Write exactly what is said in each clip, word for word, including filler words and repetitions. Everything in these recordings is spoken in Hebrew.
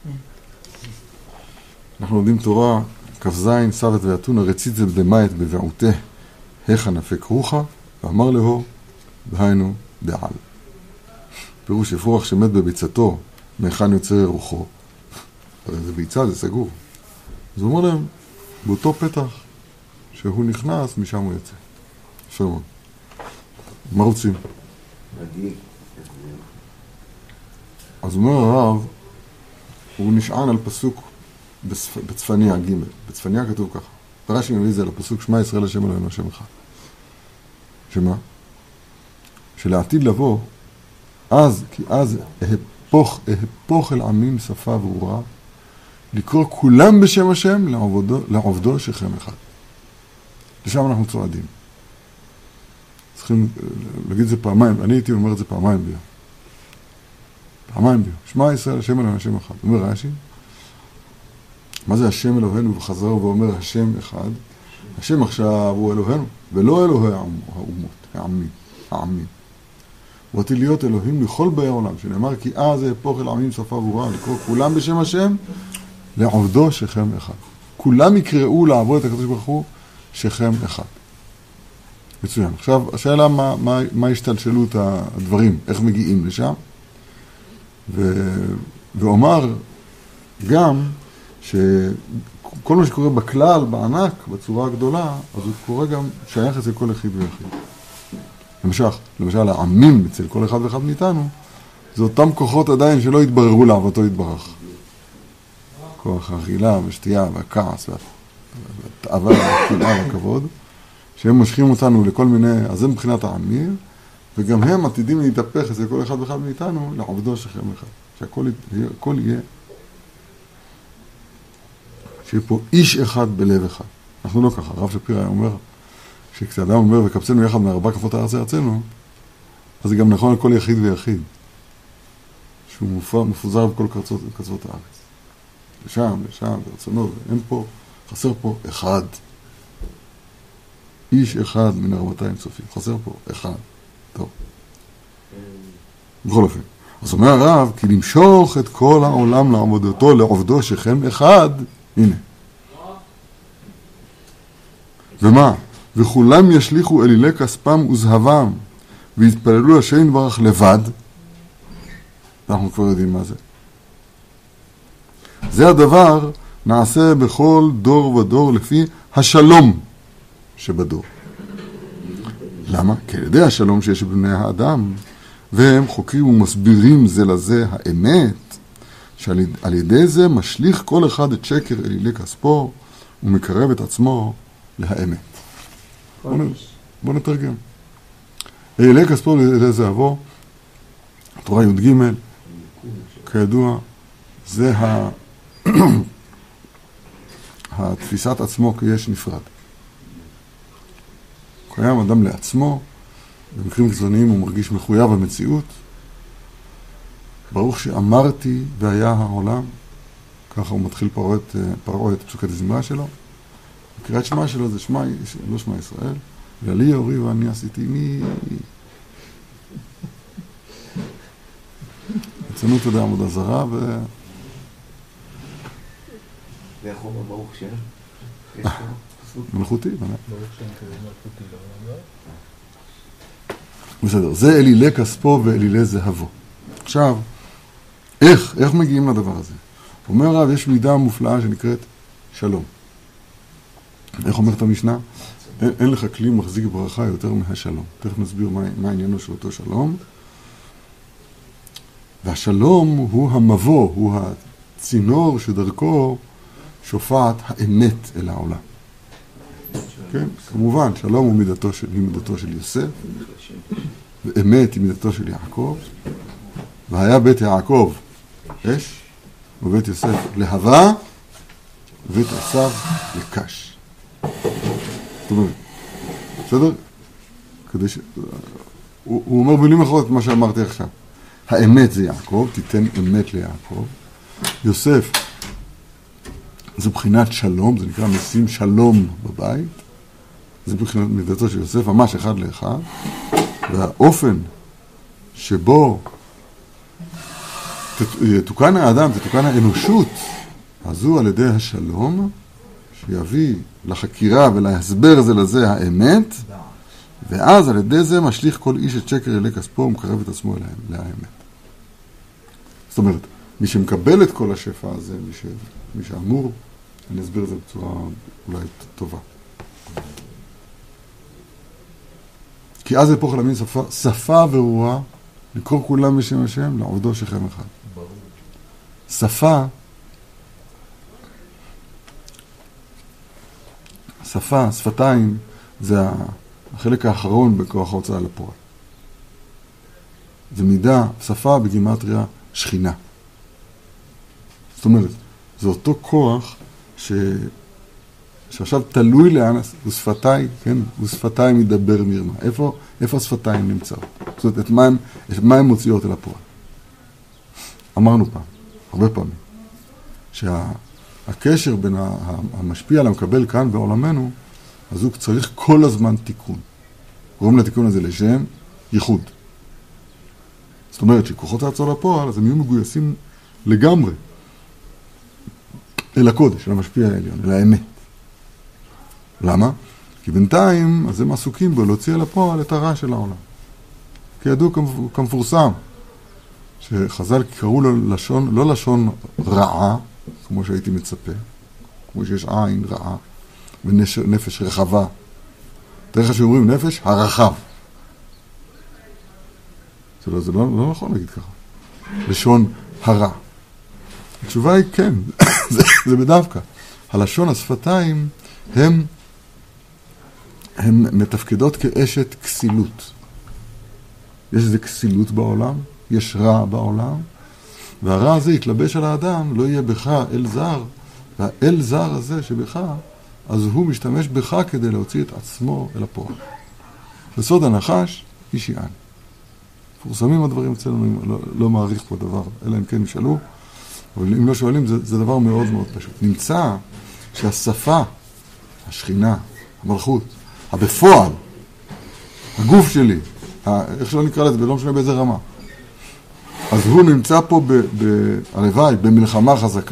אנחנו לומדים תורה, כ"ז, סבת ואתונה, רציצה דמית בבעותה, היכא נפק רוחה, ואמר לו, דהיינו דעל. פירוש אפרוח שמת בביצתו, מהיכן יוצא רוחו. הרי זה ביצה, זה סגור. אז הוא אומר להם, באותו פתח שהוא נכנס, משם הוא יוצא. יפה מאוד. מה רוצים? אז אומר הרב, הוא נשען על פסוק בצפניה ג'. בצפניה כתוב ככה. רש"י מביא זה על הפסוק שמע ישראל השם אלוהינו השם אחד. שמה? שלעתיד לבוא, אז, כי אז אהפוך, אהפוך אל עמים שפה ברורה, לקרוא כולם בשם השם לעובדו, לעובדו שכם אחד. לשם אנחנו צועדים. צריכים להגיד את זה פעמיים, אני הייתי אומר את זה פעמיים ביום. פעמיים ביום. שמע ישראל השם אלוהינו השם אחד. אומר רש"י, מה זה השם אלוהינו? וחזר ואומר השם אחד. השם עכשיו הוא אלוהינו, ולא אלוהי האומות, העמים, העמים. הוא עתיד להיות אלוהים לכל באי העולם, שנאמר כי אז אהפוך אל עמים שפה ברורה, לקרוא כולם בשם השם, לעובדו שכם אחד. כולם יקראו לעבוד את הקדוש ברוך הוא שכם אחד. מצוין. עכשיו, השאלה מה, מה, מה השתלשלות הדברים, איך מגיעים לשם, ו, ואומר גם שכל מה שקורה בכלל, בענק, בצורה הגדולה, אז הוא קורה גם שייך אצל כל יחיד ויחיד. למשל, למשל, העמים אצל כל אחד ואחד מאיתנו, זה אותם כוחות עדיין שלא התבררו לעבודתו יתברך. כוח האכילה והשתייה והכעס והתאווה והקנאה והכבוד, שהם מושכים אותנו לכל מיני, אז זה מבחינת העמים, וגם הם עתידים להתהפך אצל כל אחד ואחד מאיתנו לעובדו שכם אחד. שהכל יהיה, שיהיה פה איש אחד בלב אחד. אנחנו לא ככה, הרב שפירא אומר, שכשאדם אומר וקבצנו יחד מארבע כפות הארץ ארצנו, אז זה גם נכון לכל יחיד ויחיד, שהוא מפוזר בכל קצות, קצות הארץ. לשם, לשם, ברצונו, אין פה, חסר פה אחד. איש אחד מן ארבעתיים סופים, חסר פה אחד. טוב. בכל אופן. אז אומר הרב, כי למשוך את כל העולם לעבודתו, לעובדו שכם אחד, הנה. ומה? וכולם ישליחו אלילי כספם וזהבם, והתפללו השם יתברך לבד. אנחנו כבר יודעים מה זה. זה הדבר נעשה בכל דור ודור לפי השלום שבדור. למה? כי על ידי השלום שיש בבני האדם, והם חוקרים ומסבירים זה לזה האמת, שעל ידי זה משליך כל אחד את שקר אלילי כספו, ומקרב את עצמו להאמת. בוא, נ... בוא נתרגם. אלילי כספו אלילי זהבו, התורה י' ג', כידוע, זה ה... התפיסת עצמו כיש נפרד. קיים אדם לעצמו, במקרים קיצוניים הוא מרגיש מחויב במציאות. ברוך שאמרתי והיה העולם, ככה הוא מתחיל פרעה את, פרעה את פסוקת הזמרה שלו. קריאת שמה שלו זה שמה, לא שמה ישראל, ולי יורי ואני עשיתי מי... הצנות יודע עמודה זרה ו... ואיך אומר ברוך שם? מלכותי, מלכותי. בסדר, זה אלילי כספו ואלילי זהבו. עכשיו, איך, איך מגיעים לדבר הזה? אומר רב, יש מידה מופלאה שנקראת שלום. איך אומרת המשנה? אין, אין לך כלי מחזיק ברכה יותר מהשלום. תכף נסביר מה, מה העניינו של אותו שלום. והשלום הוא המבוא, הוא הצינור שדרכו שופעת האמת אל העולם. כן, כמובן, שלום הוא מידתו של, היא מידתו של יוסף, ואמת היא מידתו של יעקב, והיה בית יעקב אש, ובית יוסף להבה, ובית עשיו לקש. זאת אומרת, בסדר? כדי ש... הוא, הוא אומר במילים אחרות את מה שאמרתי עכשיו. האמת זה יעקב, תיתן אמת ליעקב. יוסף זה בחינת שלום, זה נקרא נשים שלום בבית. זה בחינת מידתו של יוסף, ממש אחד לאחד. והאופן שבו תתוקן האדם, תתוקן האנושות, הזו על ידי השלום, שיביא לחקירה ולהסבר זה לזה האמת, ואז על ידי זה משליך כל איש את שקר אלי כספו ומקרב את עצמו אל האמת. זאת אומרת, מי שמקבל את כל השפע הזה, מי, ש... מי שאמור, אני אסביר את זה בצורה אולי טובה. כי אז יפוך למין שפה, שפה ורורה, לקרוא כולם בשם השם, לעובדו שכם אחד. ברור. שפה, שפה, שפתיים, זה החלק האחרון בכוח ההוצאה לפועל. זה מידה, שפה בגימטריה שכינה. זאת אומרת, זה אותו כוח ש... שעכשיו תלוי לאן, ושפתיים, כן, ושפתיים ידבר מרמה. איפה, איפה השפתיים נמצאות? זאת אומרת, את מה הם, את מה הם מוציאות אל הפועל? אמרנו פעם, הרבה פעמים, שהקשר בין המשפיע למקבל כאן בעולמנו, אז הוא צריך כל הזמן תיקון. קוראים לתיקון הזה לשם ייחוד. זאת אומרת, שכוחות ההצעה לפועל, אז הם יהיו מגויסים לגמרי אל הקודש, אל המשפיע העליון, אל האמת. למה? כי בינתיים, אז הם עסוקים בו להוציא אל הפועל את הרע של העולם. כי ידעו כמפורסם, שחז"ל קראו לו לשון, לא לשון רעה, כמו שהייתי מצפה, כמו שיש עין רעה, ונפש רחבה. תראה שאומרים נפש הרחב. זה לא, זה לא, לא נכון להגיד ככה. לשון הרע. התשובה היא כן, זה, זה בדווקא. הלשון, השפתיים, הם, הם מתפקדות כאשת כסילות. יש איזו כסילות בעולם, יש רע בעולם, והרע הזה יתלבש על האדם, לא יהיה בך אל זר, והאל זר הזה שבך, אז הוא משתמש בך כדי להוציא את עצמו אל הפועל. בסוד הנחש, איש יען. פורסמים הדברים אצלנו, לא, לא מעריך פה דבר, אלא אם כן ישאלו, אבל אם לא שואלים, זה, זה דבר מאוד מאוד פשוט. נמצא שהשפה, השכינה, המלכות, הבפועל, הגוף שלי, איך שלא נקרא לזה, ולא משנה באיזה רמה, אז הוא נמצא פה ב, ב, הלוואי, במלחמה חזקה.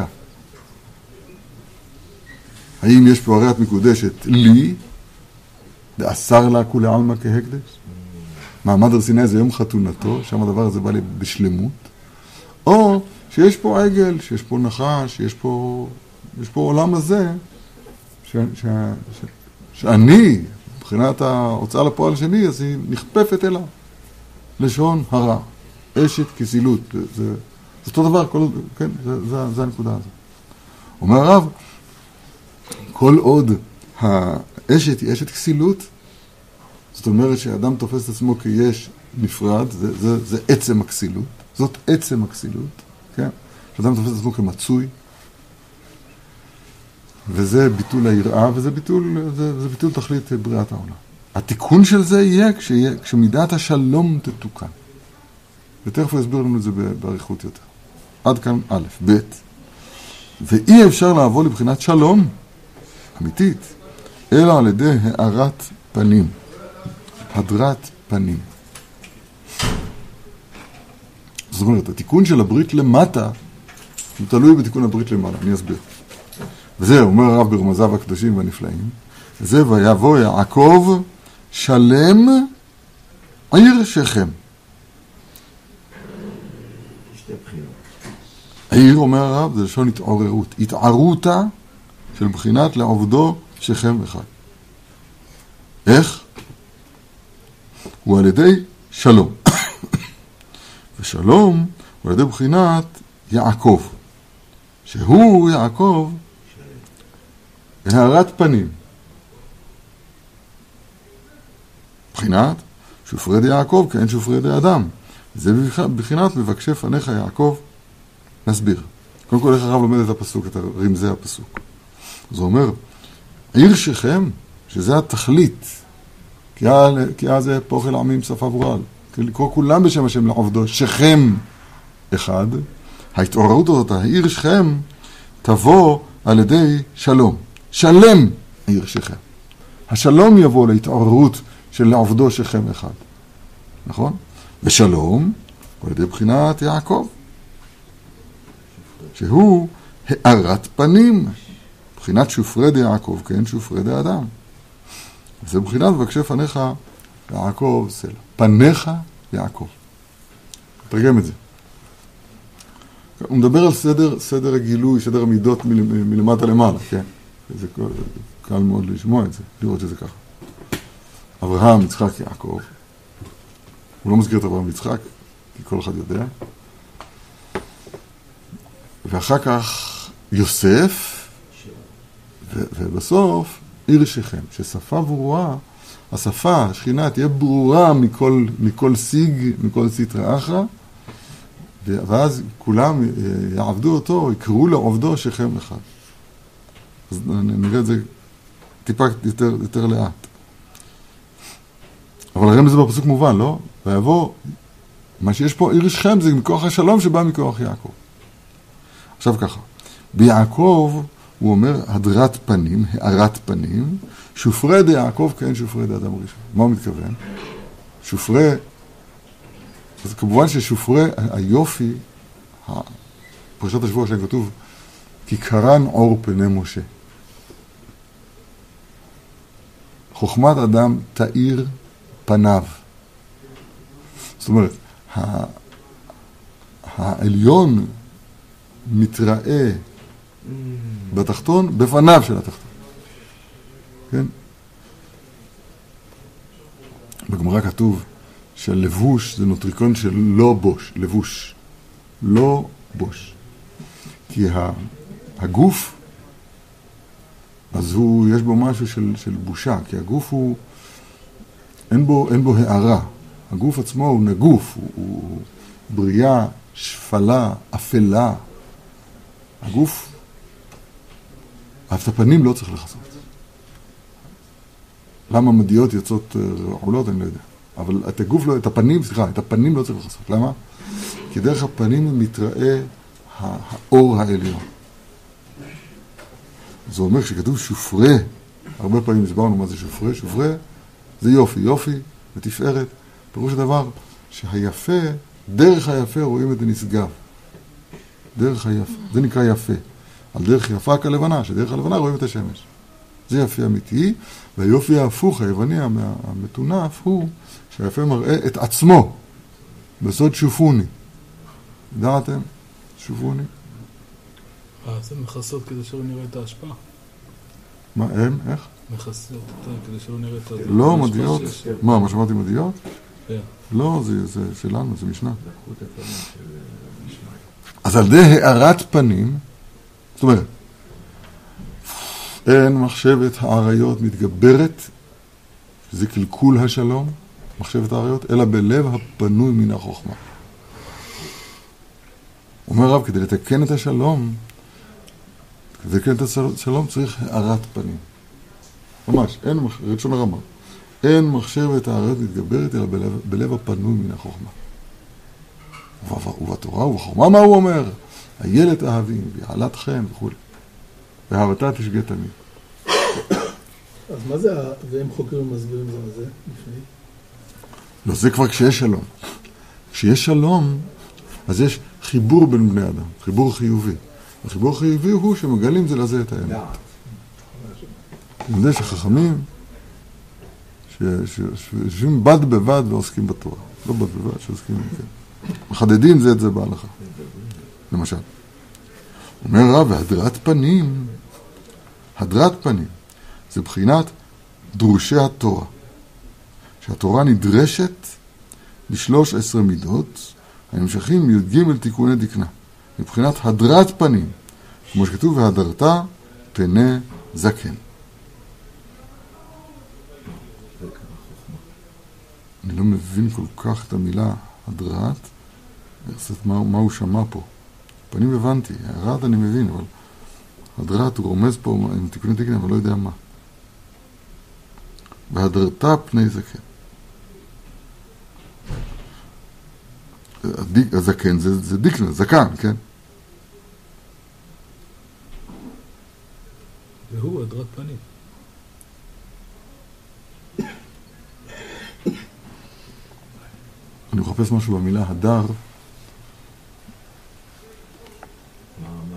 האם יש פה הריאת מקודשת לי, ואסר לה כולי עלמא כהקדש? מעמד הר סיני זה יום חתונתו, שם הדבר הזה בא לי בשלמות. או שיש פה עגל, שיש פה נחש, שיש פה, יש פה עולם הזה, ש, ש, ש, שאני, מבחינת ההוצאה לפועל שלי, אז היא נכפפת אליו. לשון הרע, אשת כסילות. זה, זה, זה אותו דבר, כל, כן, זה, זה, זה הנקודה הזאת. אומר הרב, כל עוד האשת היא אשת כסילות, זאת אומרת שאדם תופס את עצמו כיש נפרד, זה, זה, זה עצם הכסילות, זאת עצם הכסילות, כן? שאדם תופס את עצמו כמצוי, וזה ביטול היראה, וזה ביטול, זה, זה ביטול תכלית בריאת העולם. התיקון של זה יהיה כשיהיה, כשמידת השלום תתוקן. ותכף הוא יסביר לנו את זה בעריכות יותר. עד כאן א', ב', ואי אפשר לעבור לבחינת שלום אמיתית, אלא על ידי הארת פנים, הדרת פנים. זאת אומרת, התיקון של הברית למטה, הוא תלוי בתיקון הברית למעלה, אני אסביר. וזה אומר הרב ברמזיו הקדושים והנפלאים, זה ויבוא יעקב שלם עיר שכם. העיר, אומר הרב, זה לשון התעוררות, התערותה של בחינת לעובדו שכם אחד. איך? הוא על ידי שלום. ושלום הוא על ידי בחינת יעקב. שהוא יעקב הארת פנים. בחינת שופרי די יעקב כאין שופרי די אדם. זה בחינת מבקשי פניך יעקב. נסביר. קודם כל איך הרב לומד את הפסוק, את רמזי הפסוק. זה אומר, עיר שכם, שזה התכלית, כי אז זה פוך אל העמים שפה ורעל. כי לקרוא כולם בשם השם לעובדו, שכם אחד, ההתעוררות הזאת, העיר שכם, תבוא על ידי שלום. שלם העיר שכם. השלום יבוא להתעוררות של לעובדו שכם אחד. נכון? ושלום, על ידי בחינת יעקב. שהוא הארת פנים, בחינת שופרי דיעקב, כן, שופרי דיאדם. זה בחינת מבקשי פניך יעקב סלע. פניך יעקב. תרגם את זה. הוא מדבר על סדר, סדר הגילוי, סדר המידות מל, מלמטה למעלה, כן. זה קל מאוד לשמוע את זה, לראות שזה ככה. אברהם, יצחק, יעקב. הוא לא מזכיר את אברהם ויצחק, כי כל אחד יודע. ואחר כך יוסף, ו- ובסוף עיר שכם, ששפה ברורה, השפה, השכינה, תהיה ברורה מכל, מכל סיג, מכל סטרא אחרא, ואז כולם יעבדו אותו, יקראו לעובדו שכם אחד. אז נראה את זה טיפה יותר, יותר לאט. אבל הרי זה בפסוק מובן, לא? ויבוא, מה שיש פה עיר שכם זה מכוח השלום שבא מכוח יעקב. עכשיו ככה, ביעקב הוא אומר הדרת פנים, הארת פנים, שופרי דיעקב כאין שופרי דיאדם ראשון. מה הוא מתכוון? שופרי, אז כמובן ששופרי היופי, פרשת השבוע שלהם כתוב, כי קרן אור פני משה. חוכמת אדם תאיר פניו. זאת אומרת, העליון מתראה בתחתון, בפניו של התחתון. כן? בגמרא כתוב שהלבוש זה נוטריקון של לא בוש, לבוש. לא בוש. כי הגוף, אז הוא, יש בו משהו של, של בושה, כי הגוף הוא, אין בו, אין בו הערה. הגוף עצמו הוא נגוף, הוא, הוא בריאה, שפלה, אפלה. הגוף, את הפנים לא צריך לחסות. למה מדיעות יוצאות רעולות, אני לא יודע. אבל את הגוף לא, את הפנים, סליחה, את הפנים לא צריך לחסות. למה? כי דרך הפנים מתראה האור העליון. זה אומר שכתוב שופרי, הרבה פעמים הסברנו מה זה שופרי, שופרי זה יופי, יופי ותפארת. פירוש הדבר שהיפה, דרך היפה רואים את הנשגב. דרך היפה, זה נקרא יפה. על דרך יפה כלבנה, שדרך הלבנה רואים את השמש. זה יפה אמיתי, והיופי ההפוך, היווני, המתונף, הוא שהיפה מראה את עצמו. בסוד שופוני. דעתם? שופוני? אה, זה מכסות כדי שלא נראה את ההשפעה. מה, הם? איך? מכסות כדי שלא נראה את ההשפעה. לא, מדיעות. מה, מה שמעתי מדיעות? כן. לא, זה שלנו, זה משנה. אז על די הארת פנים, זאת אומרת, אין מחשבת העריות מתגברת, זה קלקול השלום, מחשבת העריות, אלא בלב הפנוי מן החוכמה. אומר רב, כדי לתקן את השלום, כדי לתקן את השלום צריך הארת פנים. ממש, אין, רצון הרמה, אין מחשבת העריות מתגברת, אלא בלב, בלב הפנוי מן החוכמה. ובתורה ובחוכמה מה הוא אומר? הילד אהבים, ויעלת חן וכו'. ואהבתה תשגה תמיד. אז מה זה, והם חוקרים ומסבירים זה מה זה? לפני? לא, זה כבר כשיש שלום. כשיש שלום, אז יש חיבור בין בני אדם, חיבור חיובי. החיבור החיובי הוא שמגלים זה לזה את האמת. אני יודע שחכמים שיושבים בד בבד ועוסקים בתורה. לא בד בבד, שעוסקים, כן. מחדדים זה את זה בהלכה. למשל. אומר רב, והדרת פנים, הדרת פנים, זה בחינת דרושי התורה. שהתורה נדרשת בשלוש עשרה מידות, הנמשכים מי"ג תיקוני דקנה. מבחינת הדרת פנים, כמו שכתוב, והדרת פני זקן. אני לא מבין כל כך את המילה הדרת, מה, מה הוא שמע פה. פנים הבנתי, הערת אני מבין, אבל הדרת הוא רומז פה עם תיקוני דקנה, אבל לא יודע מה. והדרת פני זקן. הדיק, הזקן זה, זה דיקנה, זקן, כן? והוא הדרת פנים. אני מחפש משהו במילה הדר. מה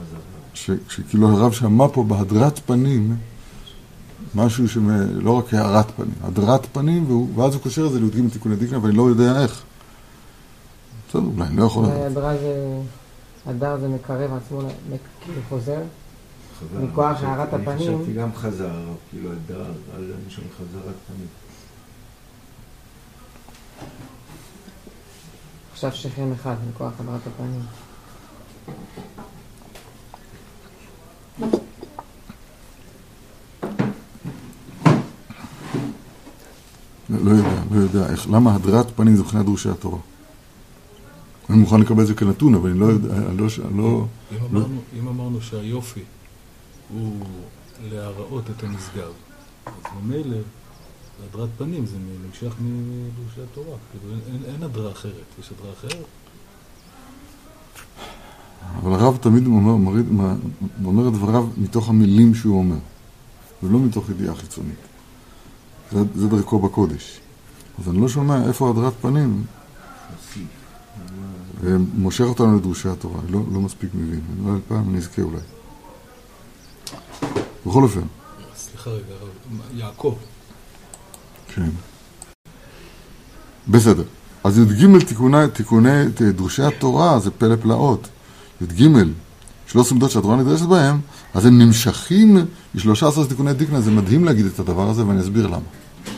שכאילו הרב שמע פה בהדרת פנים, משהו שלא רק הערת פנים, הדרת פנים, ואז הוא קושר את זה לי"ג תיקוני דיקנה, אבל אני לא יודע איך. בסדר, אולי, אני לא יכול לדעת. הדרה זה, הדר זה מקרב עצמו, כאילו חוזר, מכוח הערת הפנים. אני חשבתי גם חזר, כאילו הדר, על משום חזרת פנים. עכשיו שכם אחד, מכוח הערת הפנים. לא יודע, לא יודע, איך, למה הדרת פנים זה מבחינת דרושי התורה? אני מוכן לקבל את זה כנתון, אבל אני לא יודע, אני לא... לא, אם, לא... אמרנו, אם אמרנו שהיופי הוא להראות את הנשגב, אז ממילא, הדרת פנים זה נמשך מדרושי התורה, כאילו אין, אין, אין הדרה אחרת, יש הדרה אחרת? אבל הרב תמיד אומר, אומר, אומר את דבריו מתוך המילים שהוא אומר, ולא מתוך ידיעה חיצונית. זה, זה דרכו בקודש. אז אני לא שומע איפה הדרת פנים ומושך אותנו לדרושי התורה. אני לא, לא מספיק מבין. אני לא פעם נזכה אולי. בכל אופן. סליחה רגע, יעקב. כן. בסדר. אז י"ג תיקוני, תיקוני דרושי התורה זה פלא פלאות. י"ג, שלוש עמדות שהתורה נדרשת בהם, אז הם נמשכים ל-שלושה עשר תיקוני דיקנה. זה מדהים להגיד את הדבר הזה, ואני אסביר למה.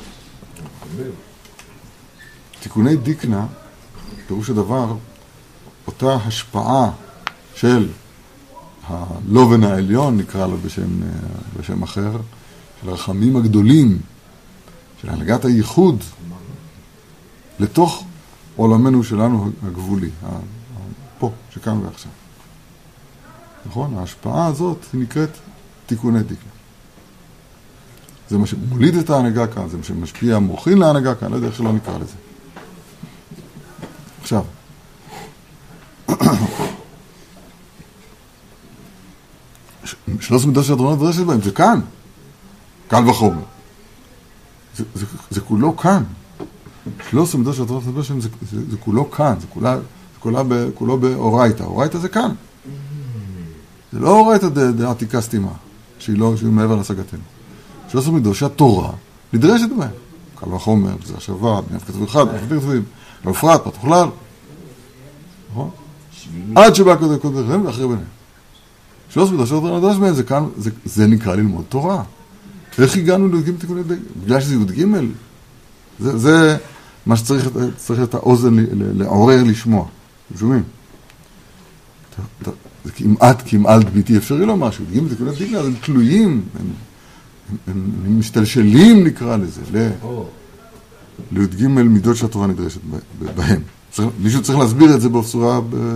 תיקוני דיקנה, פירוש הדבר, אותה השפעה של הלובן העליון, נקרא לו בשם, בשם אחר, של הרחמים הגדולים, של הנהגת הייחוד, לתוך עולמנו שלנו הגבולי, פה, שכאן ועכשיו. נכון? ההשפעה הזאת היא נקראת תיקוני דיקנה. זה מה שמוליד את ההנהגה כאן, זה מה שמשפיע מוכין להנהגה כאן, לא יודע איך שלא נקרא לזה. עכשיו, שלוש מידות שהתורה נדרשת בהם, זה כאן, קל וחומר. זה, זה, זה כולו כאן. שלוש מידות שהתורה נדרשת בהם, זה, זה, זה כולו כאן, זה כולה, זה כולה ב, כולו באורייתא. אורייתא זה כאן. זה לא אורייתא דעתיקה סתימה, שהיא לא, שהיא מעבר להשגתנו. שלוש מידות שהתורה נדרשת בהם. קל וחומר, זה השווה, בניית כתוב אחד, בניית כתובים, לא פרט, פרט וכלל. נכון? עד שבא קודם קודם לכם ואחרי ביניהם. שלוש מידות שהתורה נדרשת בהם, זה כאן, זה, זה נקרא ללמוד תורה. איך הגענו לי"ג תיקוני דיקנה? בגלל שזה י"ג? זה, זה מה שצריך צריך את האוזן לעורר לשמוע. אתם שומעים? זה כמעט, כמעט בלתי אפשרי לו משהו. י"ג תיקוני דיקנה, הם תלויים, הם, הם, הם משתלשלים נקרא לזה, לי"ג מידות שהתורה נדרשת בהם. מישהו צריך להסביר את זה בצורה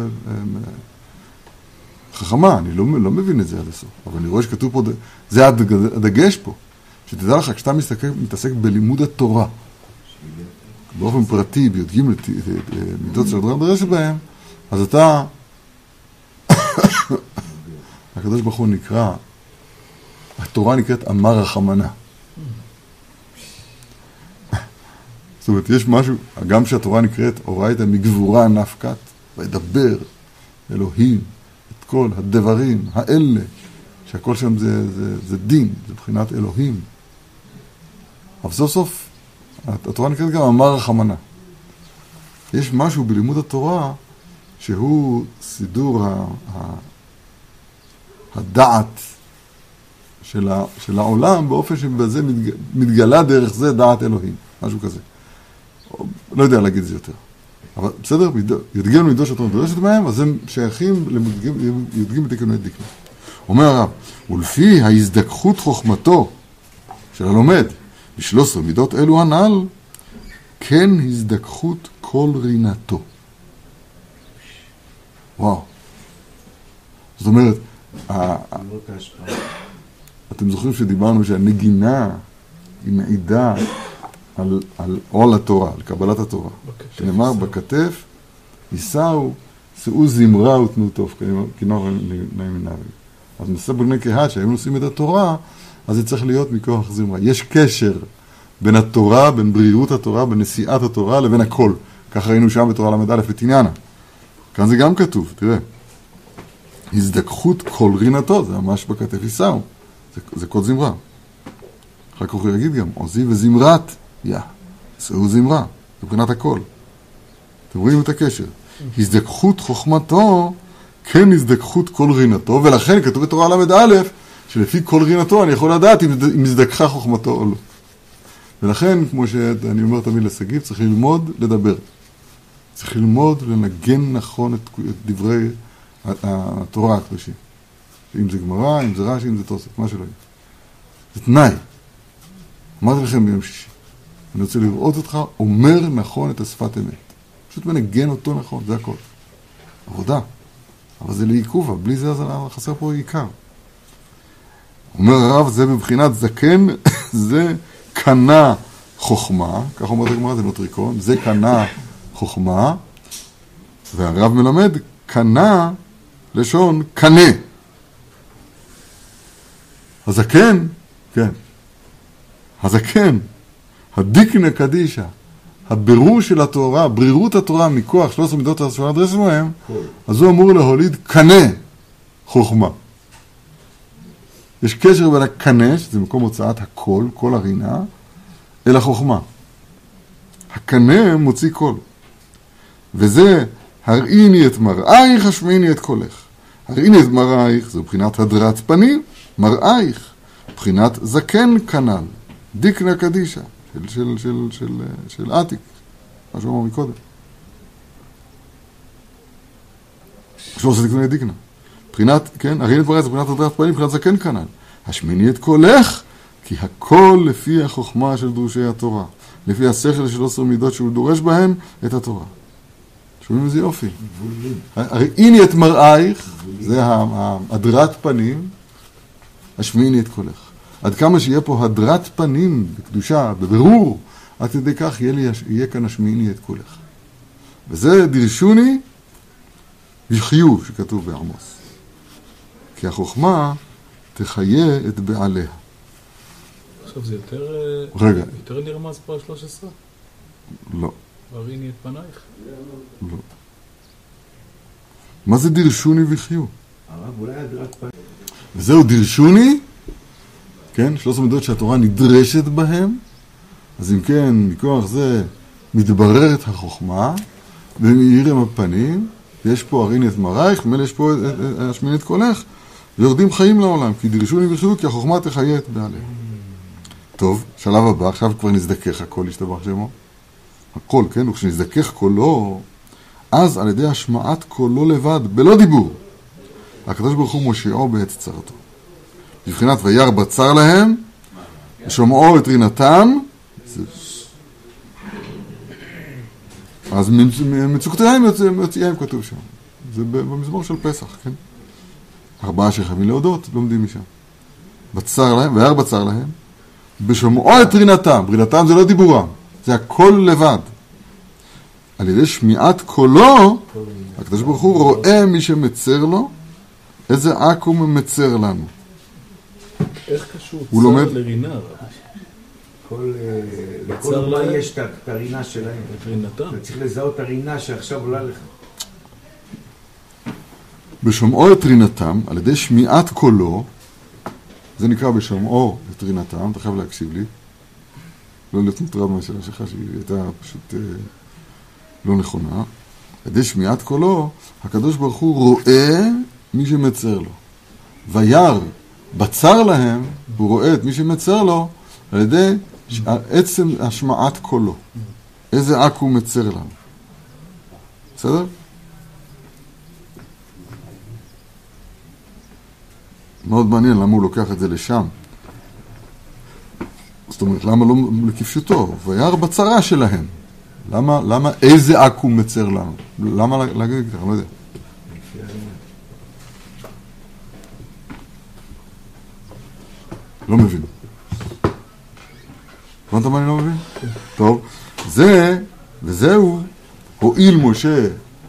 חכמה, אני לא, לא מבין את זה עד הסוף, אבל אני רואה שכתוב פה, זה הדגש פה, שתדע לך, כשאתה מתעסק, מתעסק בלימוד התורה, באופן פרטי, בי"ג מידות שהתורה נדרשת בהם, אז אתה, הקדוש ברוך הוא נקרא, התורה נקראת אמר רחמנה. זאת אומרת, יש משהו, גם שהתורה נקראת אורייתא מגבורה נפקת, וידבר אלוהים את כל הדברים האלה, שהכל שם זה, זה, זה דין, זה בחינת אלוהים. אבל סוף סוף, התורה נקראת גם אמר רחמנה. יש משהו בלימוד התורה שהוא סידור ה, ה, הדעת של, ה, של העולם, באופן שבזה מתג, מתגלה דרך זה דעת אלוהים, משהו כזה. לא יודע להגיד את זה יותר. אבל בסדר, י"ג מידות שהתורה נדרשת בהם, אז הם שייכים לי"ג תיקוני דיקנה. אומר הרב, ולפי ההזדככות חוכמתו של הלומד בשלוש עשרה מידות אלו הנ"ל, כן הזדככות כל רינתו. וואו. זאת אומרת, אתם זוכרים שדיברנו שהנגינה היא מעידה על, על עול התורה, על קבלת התורה. שנאמר בכתף, יישאו, שאו זמרה ותנו טוב, כנור נעים מנהל. אז נעשה בני קהת, שהיום נושאים את התורה, אז זה צריך להיות מכוח זמרה. יש קשר בין התורה, בין בריאות התורה, בין נשיאת התורה, לבין הכל. כך ראינו שם בתורה למד א' בתניאנה. כאן זה גם כתוב, תראה. הזדככות כל רינתו, זה ממש בכתף עיסאו, זה, זה קוד זמרה. אחר כך הוא יגיד גם, עוזי וזמרת, יא, זהו זמרה, זה מבחינת הכל. אתם רואים את הקשר. הזדככות חוכמתו, כן הזדככות כל רינתו, ולכן כתוב בתורה למד א', שלפי כל רינתו אני יכול לדעת אם, אם הזדככה חוכמתו או לא. ולכן, כמו שאני אומר תמיד לסגיב, צריך ללמוד לדבר. צריך ללמוד לנגן נכון את, את דברי התורה הקדושים. אם זה גמרא, אם זה רש"י, אם זה תוספות, מה שלא יהיה. זה תנאי. אמרתי לכם ביום שישי. אני רוצה לראות אותך אומר נכון את השפת אמת. פשוט מנגן אותו נכון, זה הכל. עבודה. אבל זה לעיכובה, בלי זה אז חסר פה עיקר. אומר הרב, זה בבחינת זקן, זה קנה חוכמה, כך אומרת הגמרא, זה נוטריקון, זה קנה חוכמה, והרב מלמד, קנה לשון קנה. הזקן, כן, הזקן, הדיקנה קדישה, הבירור של התורה, ברירות התורה מכוח שלוש עשרה מידות השונה דרסים מהם, אז הוא אמור להוליד קנה חוכמה. יש קשר בין הקנה, שזה מקום הוצאת הקול, קול הרינה, אל החוכמה. הקנה מוציא קול. וזה, הראיני את מראייך, השמיעיני את קולך. הראיני את מראייך, זו בחינת הדרת פנים, מראייך, בחינת זקן כנל, דיקנה קדישה, של, של, של, של, של עתיק, מה שאומר מקודם. שלא עושה תקנוני דיקנה. בחינת, כן, הראיני את מראייך, בחינת הדרת פנים, בחינת זקן כנל. השמיני את קולך, כי הכל לפי החוכמה של דרושי התורה, לפי השכל של עשר מידות שהוא דורש בהן את התורה. שומעים איזה יופי. הראיני את מראייך, זה הדרת פנים, השמיני את קולך. עד כמה שיהיה פה הדרת פנים בקדושה, בבירור, עד כדי כך יהיה, לי, יהיה כאן השמיני את קולך. וזה דרשוני וחיוב שכתוב בעמוס. כי החוכמה תחיה את בעליה. עכשיו זה יותר, רגע. יותר נרמז פה ה-שלוש עשרה? לא. הראיני את פנייך? לא. מה זה דרשוני וחיוב? הרב, אולי הדרת פנים. וזהו דרשוני, כן? שלוש מידות שהתורה נדרשת בהם, אז אם כן, מכוח זה מתבררת החוכמה, ומאיר עם הפנים, יש פה הראיני את מראייך, ממילא יש פה השמיני את קולך, ויורדים חיים לעולם, כי דרשוני וחיוב, כי החוכמה תחיה את בעליה. טוב, שלב הבא, עכשיו כבר נזדכך הכל, ישתבח שמו. הכל, כן? וכשנזדכך קולו, אז על ידי השמעת קולו לבד, בלא דיבור, הקדוש ברוך הוא מושיעו בעת צרתו. בבחינת וירא בצר להם, ושומעו את רינתם, אז מצוקותיהם יוצאים כתוב שם. זה במזמור של פסח, כן? ארבעה שחייבים להודות, לומדים משם. בצר להם, וירא בצר להם, בשומעו את רינתם, רינתם זה לא דיבורם, זה הכל לבד. על ידי שמיעת קולו, הקדוש ברוך הוא רואה מי שמצר לו, איזה עקום מצר לנו. איך קשור הוא צר לומד... לרינה? כל, לכל מה יש את הרינה שלהם. את רינתם. אתה צריך לזהות את הרינה שעכשיו עולה לך. בשומעו את רינתם, על ידי שמיעת קולו, זה נקרא בשומעו את רינתם, אתה חייב להקשיב לי. לא להיות מוטרד מהשאלה שלך, שהיא הייתה פשוט אה, לא נכונה. על ידי שמיעת קולו, הקדוש ברוך הוא רואה מי שמצר לו. וירא בצר להם, הוא רואה את מי שמצר לו, על ידי עצם השמעת קולו. איזה עכו מצר לנו. בסדר? מאוד מעניין למה הוא לוקח את זה לשם. זאת אומרת, למה לא לכפשוטו? וירא בצרה שלהם. למה, למה איזה עכו מצר לנו? למה להגיד ככה? אני לא יודע. לא מבין. הבנת מה אני לא מבין? טוב, זה, וזהו, הועיל משה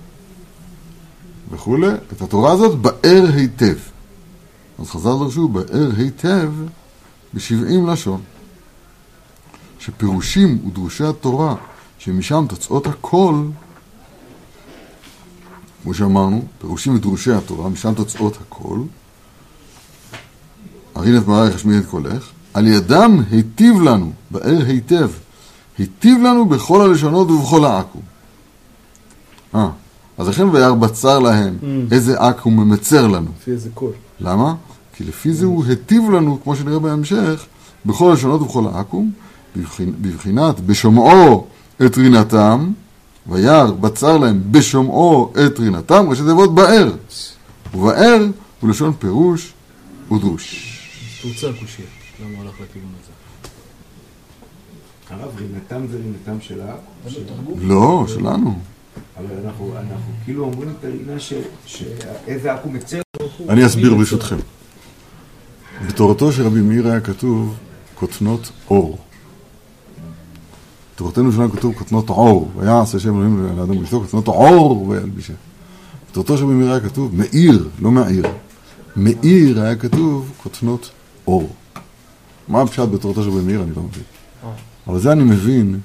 וכו', את התורה הזאת באר היטב. אז חז"ל דרשו באר היטב בשבעים לשון. שפירושים ודרושי התורה, שמשם תוצאות הכל, כמו שאמרנו, פירושים ודרושי התורה, משם תוצאות הכל. הרי נתמרח השמיע את קולך, על ידם היטיב לנו, באר היטב, היטיב לנו בכל הלשונות ובכל העכו"ם. אה, אז לכן וירא בצר להם, mm. איזה עכו"ם ממצר לנו. לפי איזה קול. למה? כי לפי זה הוא היטיב לנו, כמו שנראה בהמשך, בכל הלשונות ובכל העכו"ם, בבחינת בשומעו את רינתם, וירא בצר להם בשומעו את רינתם, ראשי תיבות באר. ובאר הוא לשון פירוש ודרוש. תוצא הקושיה, למה הוא הלך לכיוון הזה? הרב, רינתם זה רינתם של העכו"ם? לא, שלנו. אבל אנחנו, אנחנו כאילו אומרים את הרינה שאיזה עכו"ם מצר. אני אסביר ברשותכם. בתורתו של רבי מאיר היה כתוב כותנות אור. בתורתנו שלנו כתוב כותנות עור. ויעש השם אלוהים לאדם ולאשתו כותנות עור וילבישם. בתורתו של רבי מאיר היה כתוב מאיר, לא מעיר. מאיר היה כתוב כותנות אור. מה הפשט בתורתו של רבי מאיר? אני לא מבין. אבל זה אני מבין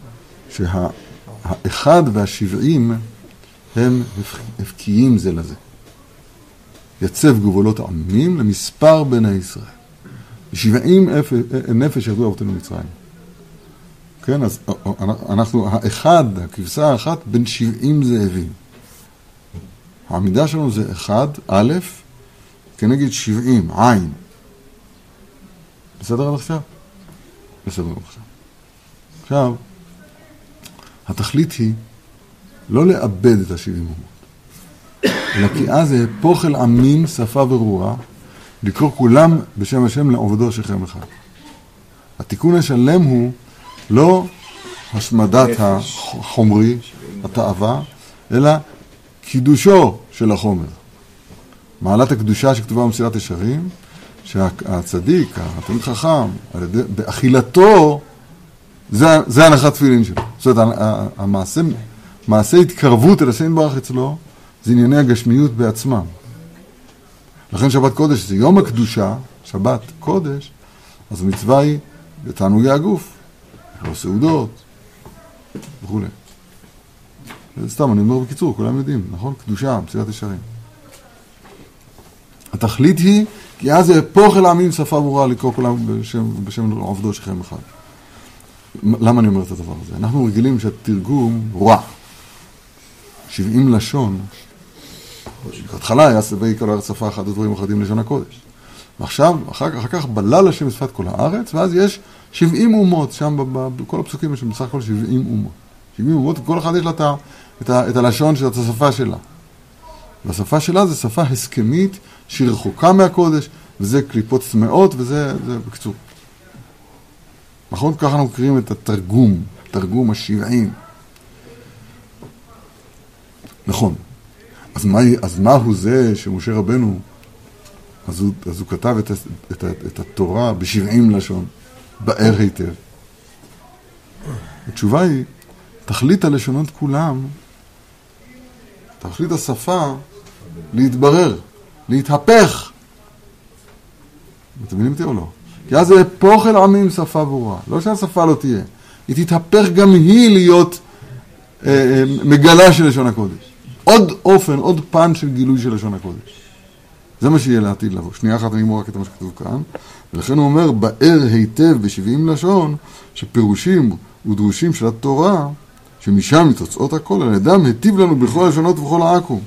שהאחד והשבעים הם הפקיים זה לזה. יצב גבולות עמים למספר בני ישראל. שבעים נפש ירדו אבותינו מצרים. כן, אז אנחנו, האחד, הכבשה האחת, בין שבעים זאבים. העמידה שלנו זה אחד, א', כנגד שבעים, עין. בסדר עד עכשיו? בסדר עד עכשיו. עכשיו, התכלית היא לא לאבד את השבעים אומות, אלא כי אז זה פוחל עמים, שפה ורוח, לקרוא כולם בשם השם לעובדו שכם אחד. התיקון השלם הוא לא השמדת החומרי, התאווה, אלא קידושו של החומר. מעלת הקדושה שכתובה במסילת ישרים, שהצדיק, התלמיד חכם, באכילתו, זה, זה הנחת תפילין שלו. זאת אומרת, המעשה, מעשה התקרבות אל השם יתברך אצלו, זה ענייני הגשמיות בעצמם. לכן שבת קודש זה יום הקדושה, שבת קודש, אז המצווה היא בתענוגי הגוף, לא סעודות, וכו'. סתם, אני אומר בקיצור, כולם יודעים, נכון? קדושה, מסילת ישרים. התכלית היא, כי אז זה פוחל העמים שפה ברורה לקרוא כולם בשם, בשם עובדו שכם אחד. למה אני אומר את הדבר הזה? אנחנו רגילים שהתרגום רע. שבעים לשון. בהתחלה היה סבי כל הארץ שפה אחת ודברים אחדים לשון הקודש. ועכשיו, אחר, אחר כך בלל השם בשפת כל הארץ, ואז יש שבעים אומות, שם בכל הפסוקים יש בסך הכל שבעים אומות. שבעים אומות, כל אחד יש לה את, את, את הלשון של השפה שלה. והשפה שלה זה שפה הסכמית שהיא רחוקה מהקודש, וזה קליפות צמאות, וזה זה בקצור. נכון? ככה אנחנו קוראים את התרגום, תרגום השבעים. נכון. אז מה, אז מה הוא זה שמשה רבנו, אז הוא, אז הוא כתב את, את, את, את התורה בשבעים לשון, באר היטב. התשובה היא, תכלית הלשונות כולם, תכלית השפה, להתברר, להתהפך. אתם מבינים אותי או לא? כי אז זה פוחל עמים שפה ברורה. לא שהשפה לא תהיה. היא תתהפך גם היא להיות אה, אה, מגלה של לשון הקודש. עוד אופן, עוד פן של גילוי של לשון הקודש. זה מה שיהיה לעתיד לבוא. שנייה אחת אני מורק את מה שכתוב כאן. ולכן הוא אומר, באר היטב בשבעים לשון, שפירושים ודרושים של התורה, שמשם מתוצאות הכל, על ידם היטיב לנו בכל הלשונות ובכל העכו"ם.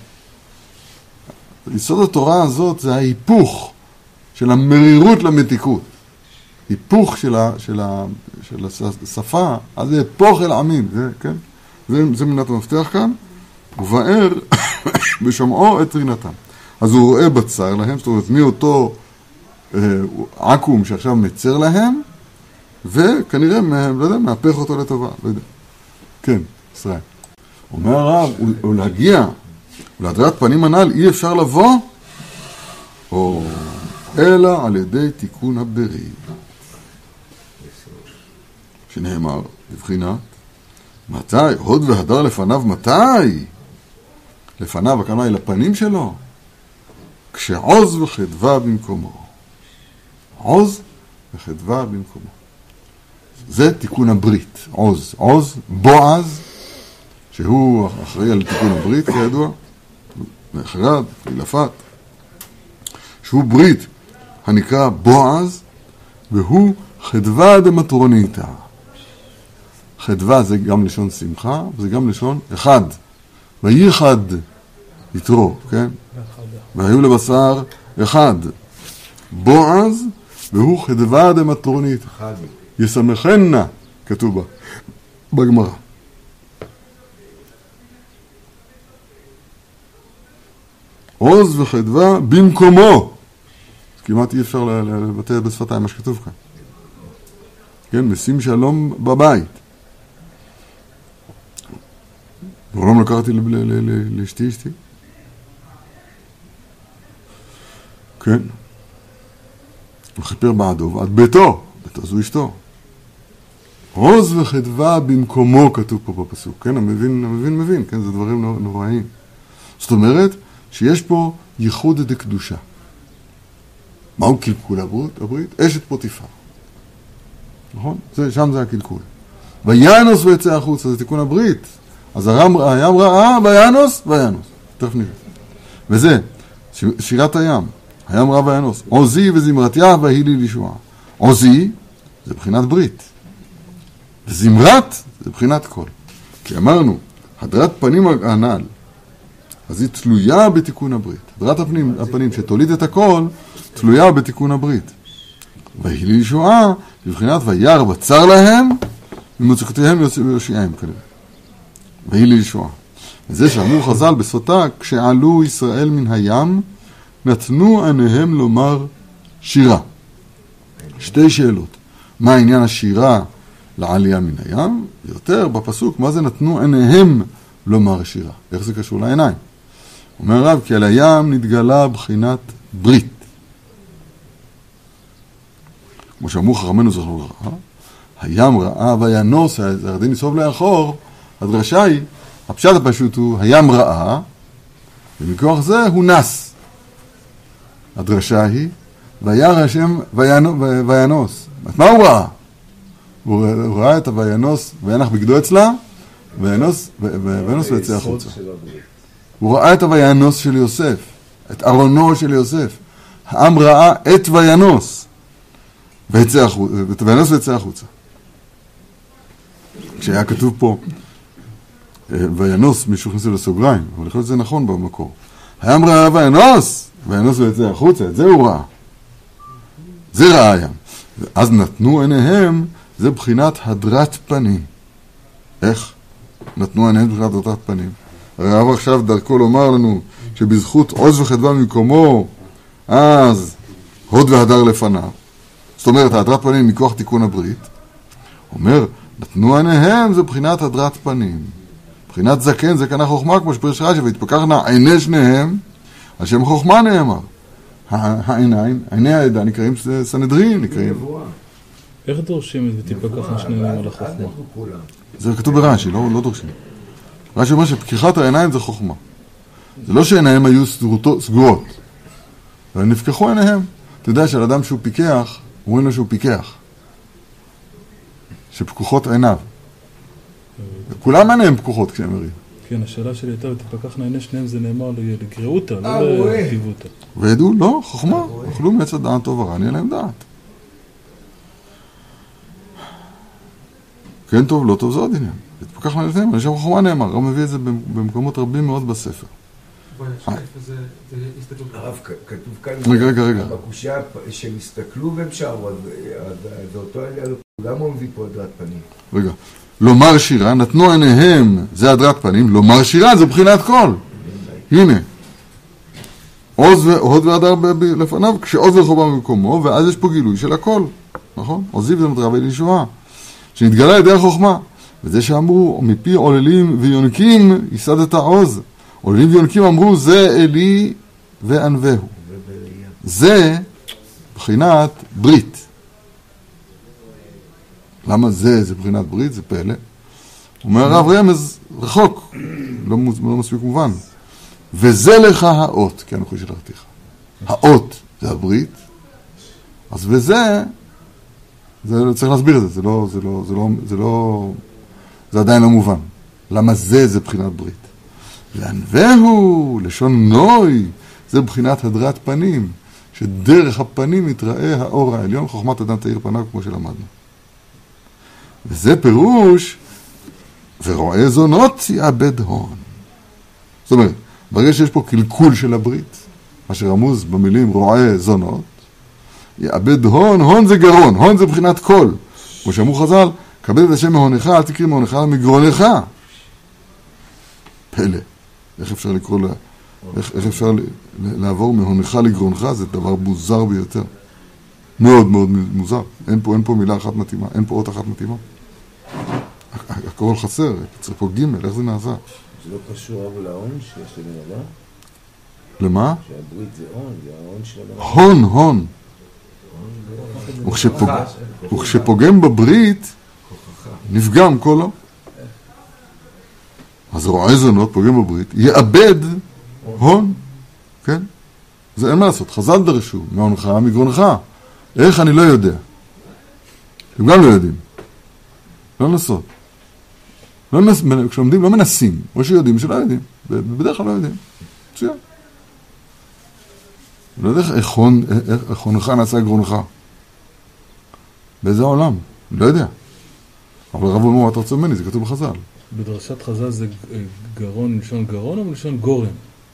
יסוד התורה הזאת זה ההיפוך של המרירות למתיקות. היפוך של, ה, של, ה, של השפה, אז זה פוחל עמים, זה, כן? זה, זה מנת המפתח כאן. ובאר בשומעו את רינתם. אז הוא רואה בצר להם, זאת אומרת, מאותו אה, עכו"ם שעכשיו מצר להם, וכנראה, לא יודע, מהפך אותו לטובה, לא יודע. כן, ישראל. אומר הרב, הוא להגיע, להדרת פנים הנ"ל, אי אפשר לבוא, או אלא על ידי תיקון הברי. שנאמר, בבחינת, מתי? הוד והדר לפניו מתי? לפניו, הכוונה היא לפנים שלו, כשעוז וחדווה במקומו. עוז וחדווה במקומו. זה תיקון הברית, עוז. עוז, בועז, שהוא אחראי על תיקון הברית, כידוע, וחרד, ילפת, שהוא ברית הנקרא בועז, והוא חדווה דמטרוניתא. חדווה זה גם לשון שמחה, וזה גם לשון אחד. וייחד יתרו, כן? והיו לבשר אחד. בועז, והוא חדווה דמטרוניתא. ישמחנה, כתוב בה, בגמרא. עוז וחדווה במקומו. כמעט אי אפשר לבטא בשפתיים מה שכתוב כאן. כן, משים שלום בבית. ולא לקחתי לאשתי אשתי. כן. וכיפר בעדו ועד ביתו. ביתו זו אשתו. עוז וחדווה במקומו כתוב פה בפסוק. כן, המבין, המבין מבין. כן, זה דברים נוראיים. זאת אומרת שיש פה ייחוד דקדושה. מהו קלקול הברית? הברית? אשת פוטיפר. נכון? זה, שם זה הקלקול. וינוס ויצא החוצה, זה תיקון הברית. אז הים, הים ראה, וינוס, וינוס. תכף נראה. וזה, שירת הים. הים ראה וינוס. עוזי וזמרתיה והילי לישועה. עוזי, זה בחינת ברית. וזמרת, זה בחינת קול. כי אמרנו, הדרת פנים הנ"ל, אז היא תלויה בתיקון הברית. הדרת הפנים, הפנים שתוליד את הקול, תלויה בתיקון הברית. והיא לישועה, בבחינת וירא בצר להם, ומצוקותיהם יושיעם כנראה. והיא לישועה. וזה שאמרו חז"ל בסוטה, כשעלו ישראל מן הים, נתנו עיניהם לומר שירה. שתי שאלות. מה העניין השירה לעלייה מן הים? יותר בפסוק, מה זה נתנו עיניהם לומר שירה? איך זה קשור לעיניים? אומר רב, כי על הים נתגלה בחינת ברית. כמו שאמרו חכמינו זכרו לברכה, הים ראה וינוס, הירדן יסוב לאחור, הדרשה היא, הפשט הפשוט הוא, הים ראה, ומכוח זה הוא נס. הדרשה היא, וירא השם וינוס. מה הוא ראה? הוא ראה את הוינוס, וינח בגדו אצלה, וינוס ויצא החוצה. הוא ראה את הוינוס של יוסף, את ארונו של יוסף. העם ראה את וינוס, ואת וינוס ויצא החוצה. כשהיה כתוב פה, וינוס, מישהו הכניסו לסוגריים, אבל יכול להיות זה נכון במקור. העם ראה וינוס, וינוס ויצא החוצה, את זה הוא ראה. זה ראה הים. ואז נתנו עיניהם, זה בחינת הדרת פנים. איך? נתנו עיניהם בחינת הדרת פנים. הרב עכשיו דרכו לומר לנו שבזכות עוז וחדווה ממקומו, אז הוד והדר לפניו. זאת אומרת, הדרת פנים מכוח תיקון הברית. אומר, נתנו עיניהם, זה בחינת הדרת פנים. בחינת זקן, זקנה חוכמה, כמו שפרש רש"י, והתפקחנה עיני שניהם, על שם חוכמה נאמר. העיניים, עיני העדה נקראים סנהדרין, נקראים. איך דורשים את ותפקחנה שניהם על החוכמה? זה כתוב ברש"י, לא, לא דורשים. רש"י אומר שפקיחת העיניים זה חוכמה. זה לא שעיניהם היו סגורות, אבל נפקחו עיניהם. אתה יודע שעל אדם שהוא פיקח, אומרים לו שהוא פיקח. שפקוחות עיניו. כולם עיניהם פקוחות כשהם מראים. כן, השאלה שלי הייתה, ותפקחנה עיני שניהם זה נאמר לגרעותה, לא לטיבותה. וידעו, לא, חוכמה. אכלו מעץ הדעת טוב ורע, נהיה להם דעת. כן טוב, לא טוב, זה עוד עניין. ותפקחנה עיניהם, על שם חוכמה נאמר. הרב מביא את זה במקומות רבים מאוד בספר. הרב, כתוב כאן, רגע, רגע, רגע. בקושיה שהם הסתכלו והם שרו, זה אותו עניין, למה הוא מביא פה הדרת פנים? רגע, לומר שירה, נתנו עיניהם, זה הדרת פנים, לומר שירה זה בחינת קול. הנה, עוז והוד והדר לפניו, כשעוז וחובה במקומו, ואז יש פה גילוי של הקול, נכון? עוזי ומטרה ולישועה, שנתגלה על ידי החוכמה. וזה שאמרו, מפי עוללים ויונקים ייסדת עוז. עוללים ויונקים אמרו, זה אלי וענבהו. זה בחינת ברית. למה זה, זה בחינת ברית? זה פלא. אומר הרב רמז, רחוק, לא, לא מספיק מובן. וזה לך האות, כי אנוכי שלחתיך. האות זה הברית, אז וזה, זה, צריך להסביר את זה, זה לא, זה לא, זה לא, זה לא, זה עדיין לא מובן. למה זה, זה בחינת ברית. וענווהו, לשון נוי, זה בחינת הדרת פנים, שדרך הפנים מתראה האור העליון, חוכמת אדם תאיר פניו כמו שלמדנו. וזה פירוש, ורואה זונות יאבד הון. זאת אומרת, ברגע שיש פה קלקול של הברית, מה שרמוז במילים רואה זונות, יאבד הון, הון זה גרון, הון זה בחינת קול. כמו שאמרו חז"ל, כבד את השם מהונך, אל תקריא מהונך, מגרונך. פלא. איך אפשר לקרוא לה, איך, איך אפשר לעבור מהונך לגרונך, זה דבר מוזר ביותר. מאוד מאוד מוזר. אין פה, אין פה מילה אחת מתאימה, אין פה אות אחת מתאימה. הכל חסר, צריך פה ג', איך זה נעשה? זה לא קשור אבל להון שיש לבן אדם? למה? שהברית זה הון, זה ההון של הבן אדם. הון, הון. וכשפוגם בברית, נפגם קולו. אז רואה זונות, פוגם בברית, יאבד הון. כן? זה אין מה לעשות, חז"ל דרשו, מהונך, מגרונך. איך אני לא יודע? הם גם לא יודעים. לא לנסות. לא מנס... כשלומדים לא מנסים, או שיודעים שלא יודעים. בדרך כלל לא יודעים. מצוין. לא יודע איך הון, איך הונך נעשה גרונך. באיזה העולם? לא יודע. אבל הרב אומר, אתה רוצה ממני, זה כתוב בחז"ל. בדרשת חז"ל זה גרון מלשון גרון או מלשון גורן?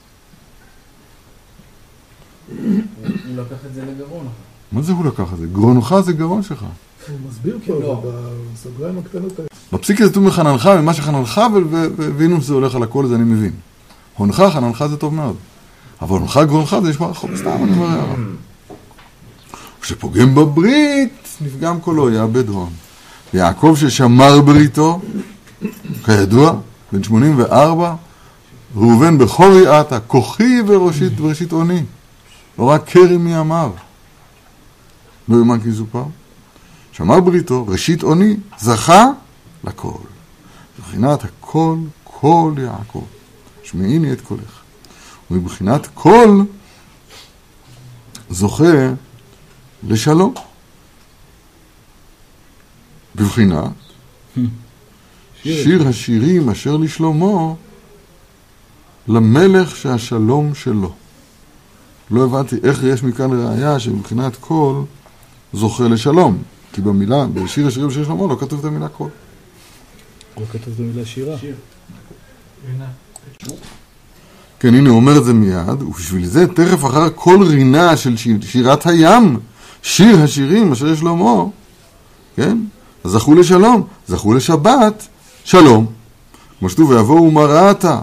הוא לקח את זה לגרון. מה זה הוא לקח את זה? גרונך זה גרון שלך. הוא מסביר פה, בסוגריים הקטנות האלה. בפסיקה זה כתוב מחננך, ממה שחננך, והבינו שזה הולך על הכל, זה אני מבין. הונך, חננך זה טוב מאוד. אבל הונך, גרונך זה נשמע רחוק, סתם אני אומר הערה. כשפוגם בברית, נפגם קולו, יאבד הון. יעקב ששמר בריתו, כידוע, בן שמונים וארבע, ראובן בכור יעתה, כוחי וראשית בראשית עוני. לא רק קרם מימיו. לא יאמן כי יסופר. שמר בריתו, ראשית עוני, זכה לכל. מבחינת הכל, כל יעקב. שמעיני את קולך. ומבחינת כל, זוכה לשלום. בבחינת שיר השירים אשר לשלומו, למלך שהשלום שלו. לא הבנתי איך יש מכאן ראיה שבבחינת כל זוכה לשלום. כי במילה, בשיר השירים אשר לשלומו לא כתוב את המילה כל. לא כתוב את המילה שירה. שיר. כן, הנה הוא אומר את זה מיד, ובשביל זה תכף אחר כל רינה של שיר, שירת הים, שיר השירים אשר לשלומו, כן? אז זכו לשלום, זכו לשבת, שלום. כמו שתוב, ויבואו מרעתה.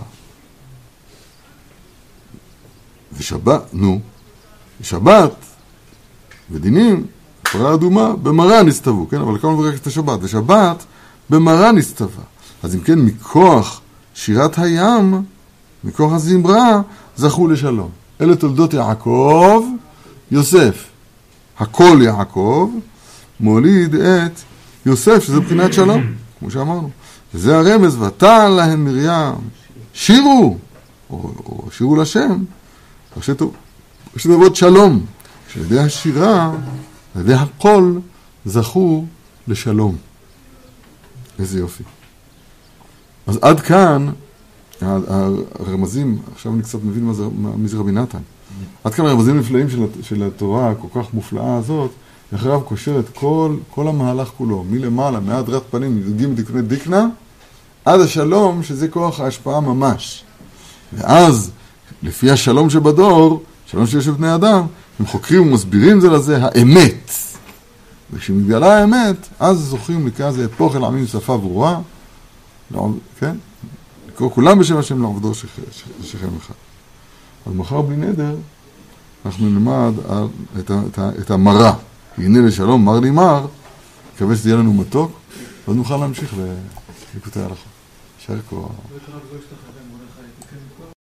ושבת, נו, שבת ודינים, פרה אדומה, במראה נסתוו, כן? אבל כמה מברך את השבת, ושבת במראה נסתווה. אז אם כן, מכוח שירת הים, מכוח הזמרה, זכו לשלום. אלה תולדות יעקב, יוסף. הכל יעקב מוליד את יוסף, שזה בחינת שלום, כמו שאמרנו. וזה הרמז, ותעל להם מרים, שירו, או, או שירו לשם, ראשי תיבות שלום. שעל ידי השירה, על ידי הקול, זכו לשלום. איזה יופי. אז עד כאן, הרמזים, עכשיו אני קצת מבין מה זה, מי זה רבי נתן. עד כאן הרמזים נפלאים של, של התורה הכל כך מופלאה הזאת, אחריו קושר את כל, כל המהלך כולו, מלמעלה, מהדרת פנים, מדגים דקני דקנה, עד השלום, שזה כוח ההשפעה ממש. ואז, לפי השלום שבדור, שלום שיש בבני אדם, הם חוקרים ומסבירים זה לזה האמת. וכשמתגלה האמת, אז זוכים לכזה אפוך אל עמים שפה ברורה, כן? לקרוא כולם בשם השם לעבדו שכם אחד. אז מחר בלי נדר, אנחנו נלמד את, את, את המרה. הנה לשלום, מר לי מר, מקווה שזה יהיה לנו מתוק, ואז נוכל להמשיך לקוטי ההלכה. שער כה.